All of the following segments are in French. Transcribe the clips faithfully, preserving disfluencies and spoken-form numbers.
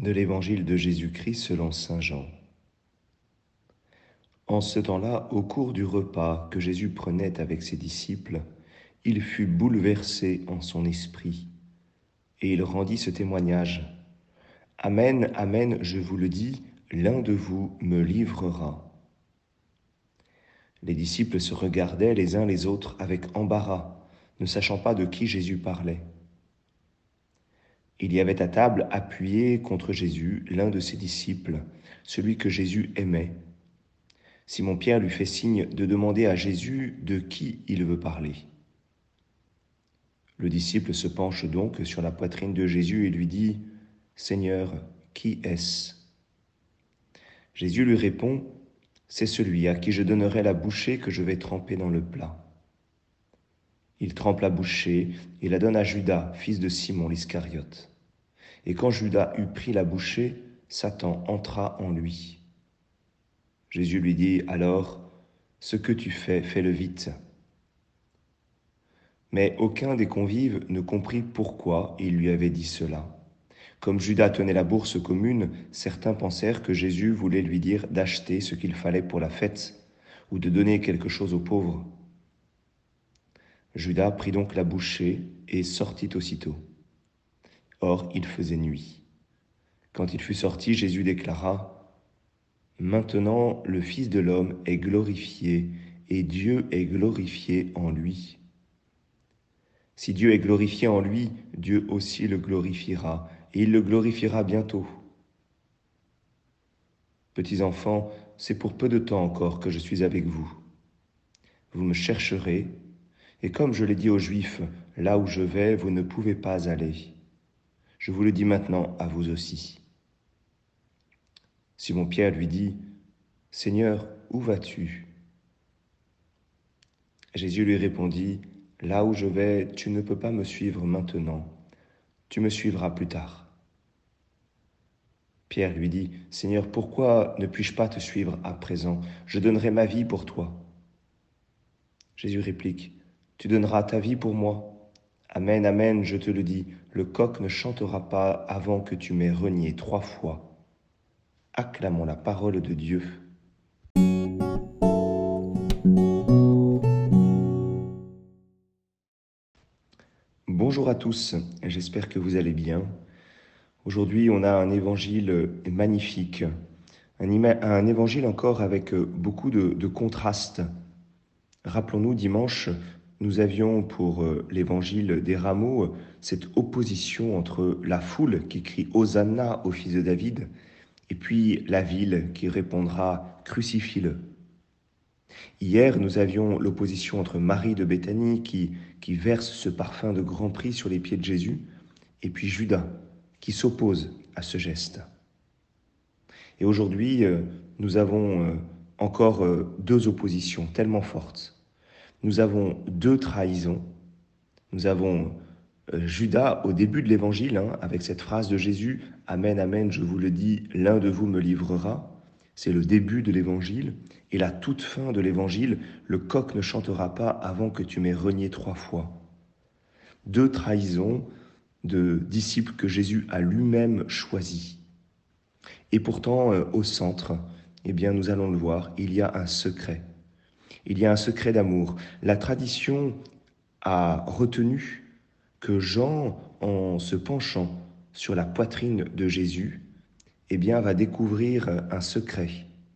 De l'Évangile de Jésus-Christ selon saint Jean. En ce temps-là, au cours du repas que Jésus prenait avec ses disciples, il fut bouleversé en son esprit, et il rendit ce témoignage. « Amen, amen, je vous le dis, l'un de vous me livrera. » Les disciples se regardaient les uns les autres avec embarras, ne sachant pas de qui Jésus parlait. Il y avait à table, appuyé contre Jésus, l'un de ses disciples, celui que Jésus aimait. Simon-Pierre lui fait signe de demander à Jésus de qui il veut parler. Le disciple se penche donc sur la poitrine de Jésus et lui dit « Seigneur, qui est-ce » Jésus lui répond « C'est celui à qui je donnerai la bouchée que je vais tremper dans le plat. » Il trempe la bouchée et la donne à Judas, fils de Simon l'Iscariote. Et quand Judas eut pris la bouchée, Satan entra en lui. Jésus lui dit alors, « Ce que tu fais, fais-le vite. » Mais aucun des convives ne comprit pourquoi il lui avait dit cela. Comme Judas tenait la bourse commune, certains pensèrent que Jésus voulait lui dire d'acheter ce qu'il fallait pour la fête ou de donner quelque chose aux pauvres. Judas prit donc la bouchée et sortit aussitôt. Or, il faisait nuit. Quand il fut sorti, Jésus déclara « Maintenant, le Fils de l'homme est glorifié et Dieu est glorifié en lui. Si Dieu est glorifié en lui, Dieu aussi le glorifiera, et il le glorifiera bientôt. Petits enfants, c'est pour peu de temps encore que je suis avec vous. Vous me chercherez, et comme je l'ai dit aux Juifs, là où je vais, vous ne pouvez pas aller. Je vous le dis maintenant à vous aussi. » Simon-Pierre lui dit, « Seigneur, où vas-tu » Jésus lui répondit, « Là où je vais, tu ne peux pas me suivre maintenant. Tu me suivras plus tard. » Pierre lui dit, « Seigneur, pourquoi ne puis-je pas te suivre à présent? Je donnerai ma vie pour toi. » Jésus réplique, « Tu donneras ta vie pour moi. Amen, amen, je te le dis, le coq ne chantera pas avant que tu m'aies renié trois fois. » Acclamons la parole de Dieu. Bonjour à tous, j'espère que vous allez bien. Aujourd'hui, on a un évangile magnifique, un, ima- un évangile encore avec beaucoup de, de contrastes. Rappelons-nous, dimanche, nous avions pour l'évangile des rameaux cette opposition entre la foule qui crie « Hosanna » au fils de David et puis la ville qui répondra « Crucifie-le ». Hier, nous avions l'opposition entre Marie de Béthanie qui, qui verse ce parfum de grand prix sur les pieds de Jésus et puis Judas qui s'oppose à ce geste. Et aujourd'hui, nous avons encore deux oppositions tellement fortes. Nous avons deux trahisons. Nous avons Judas au début de l'évangile, hein, avec cette phrase de Jésus, « Amen, amen, je vous le dis, l'un de vous me livrera ». C'est le début de l'évangile. Et la toute fin de l'évangile, « Le coq ne chantera pas avant que tu m'aies renié trois fois ». Deux trahisons de disciples que Jésus a lui-même choisis. Et pourtant, au centre, eh bien, nous allons le voir, il y a un secret. Il y a un secret d'amour. La tradition a retenu que Jean, en se penchant sur la poitrine de Jésus, eh bien, va découvrir un secret.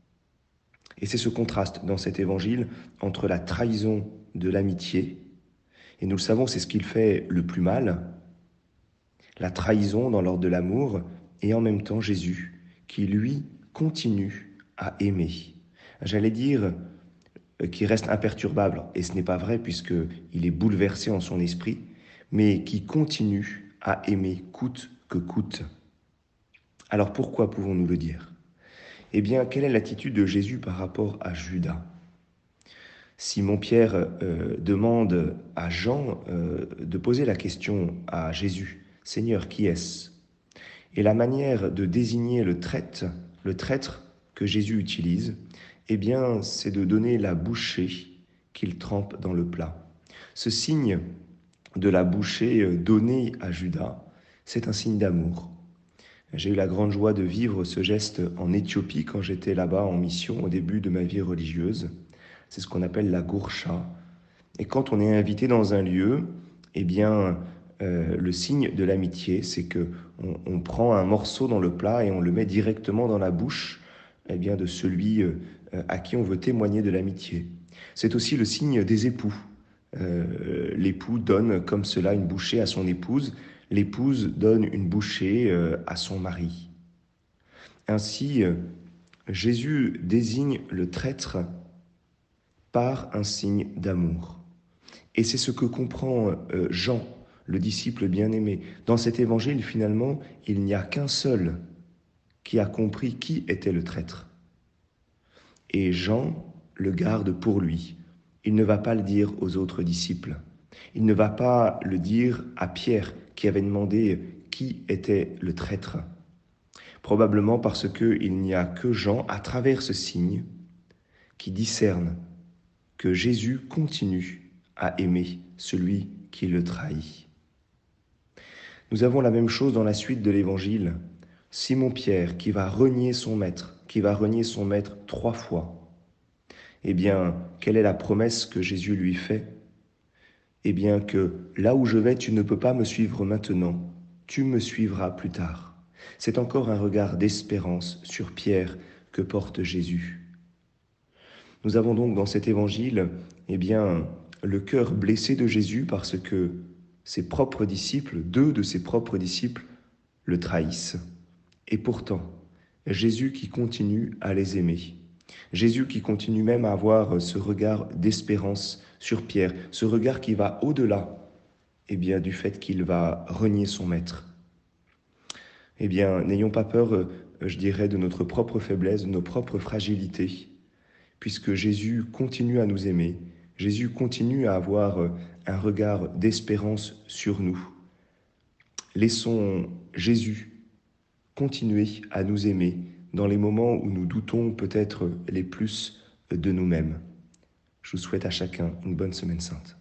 Et c'est ce contraste dans cet évangile entre la trahison de l'amitié, et nous le savons, c'est ce qu'il fait le plus mal, la trahison dans l'ordre de l'amour, et en même temps Jésus, qui lui continue à aimer. J'allais dire qui reste imperturbable, et ce n'est pas vrai puisqu'il est bouleversé en son esprit, mais qui continue à aimer coûte que coûte. Alors pourquoi pouvons-nous le dire ? Eh bien, quelle est l'attitude de Jésus par rapport à Judas ? Simon-Pierre euh, demande à Jean euh, de poser la question à Jésus, « Seigneur, qui est-ce » Et la manière de désigner le traître, le traître que Jésus utilise, eh bien, c'est de donner la bouchée qu'il trempe dans le plat. Ce signe de la bouchée donnée à Judas, c'est un signe d'amour. J'ai eu la grande joie de vivre ce geste en Éthiopie quand j'étais là-bas en mission au début de ma vie religieuse. C'est ce qu'on appelle la gourcha. Et quand on est invité dans un lieu, eh bien, euh, le signe de l'amitié, c'est que on, on prend un morceau dans le plat et on le met directement dans la bouche, eh bien, de celui euh, à qui on veut témoigner de l'amitié. C'est aussi le signe des époux. Euh, l'époux donne comme cela une bouchée à son épouse, l'épouse donne une bouchée euh, à son mari. Ainsi, euh, Jésus désigne le traître par un signe d'amour. Et c'est ce que comprend euh, Jean, le disciple bien-aimé. Dans cet évangile, finalement, il n'y a qu'un seul qui a compris qui était le traître. Et Jean le garde pour lui. Il ne va pas le dire aux autres disciples. Il ne va pas le dire à Pierre qui avait demandé qui était le traître. Probablement parce qu'il n'y a que Jean, à travers ce signe, qui discerne que Jésus continue à aimer celui qui le trahit. Nous avons la même chose dans la suite de l'Évangile. Simon-Pierre qui va renier son maître, qui va renier son maître trois fois. Eh bien, quelle est la promesse que Jésus lui fait? Eh bien que là où je vais, tu ne peux pas me suivre maintenant, tu me suivras plus tard. C'est encore un regard d'espérance sur Pierre que porte Jésus. Nous avons donc dans cet évangile, eh bien, le cœur blessé de Jésus parce que ses propres disciples, deux de ses propres disciples, le trahissent. Et pourtant, Jésus qui continue à les aimer. Jésus qui continue même à avoir ce regard d'espérance sur Pierre, ce regard qui va au-delà, eh bien, du fait qu'il va renier son maître. Eh bien, n'ayons pas peur, je dirais, de notre propre faiblesse, de nos propres fragilités, puisque Jésus continue à nous aimer, Jésus continue à avoir un regard d'espérance sur nous. Laissons Jésus continuer à nous aimer dans les moments où nous doutons peut-être les plus de nous-mêmes. Je vous souhaite à chacun une bonne semaine sainte.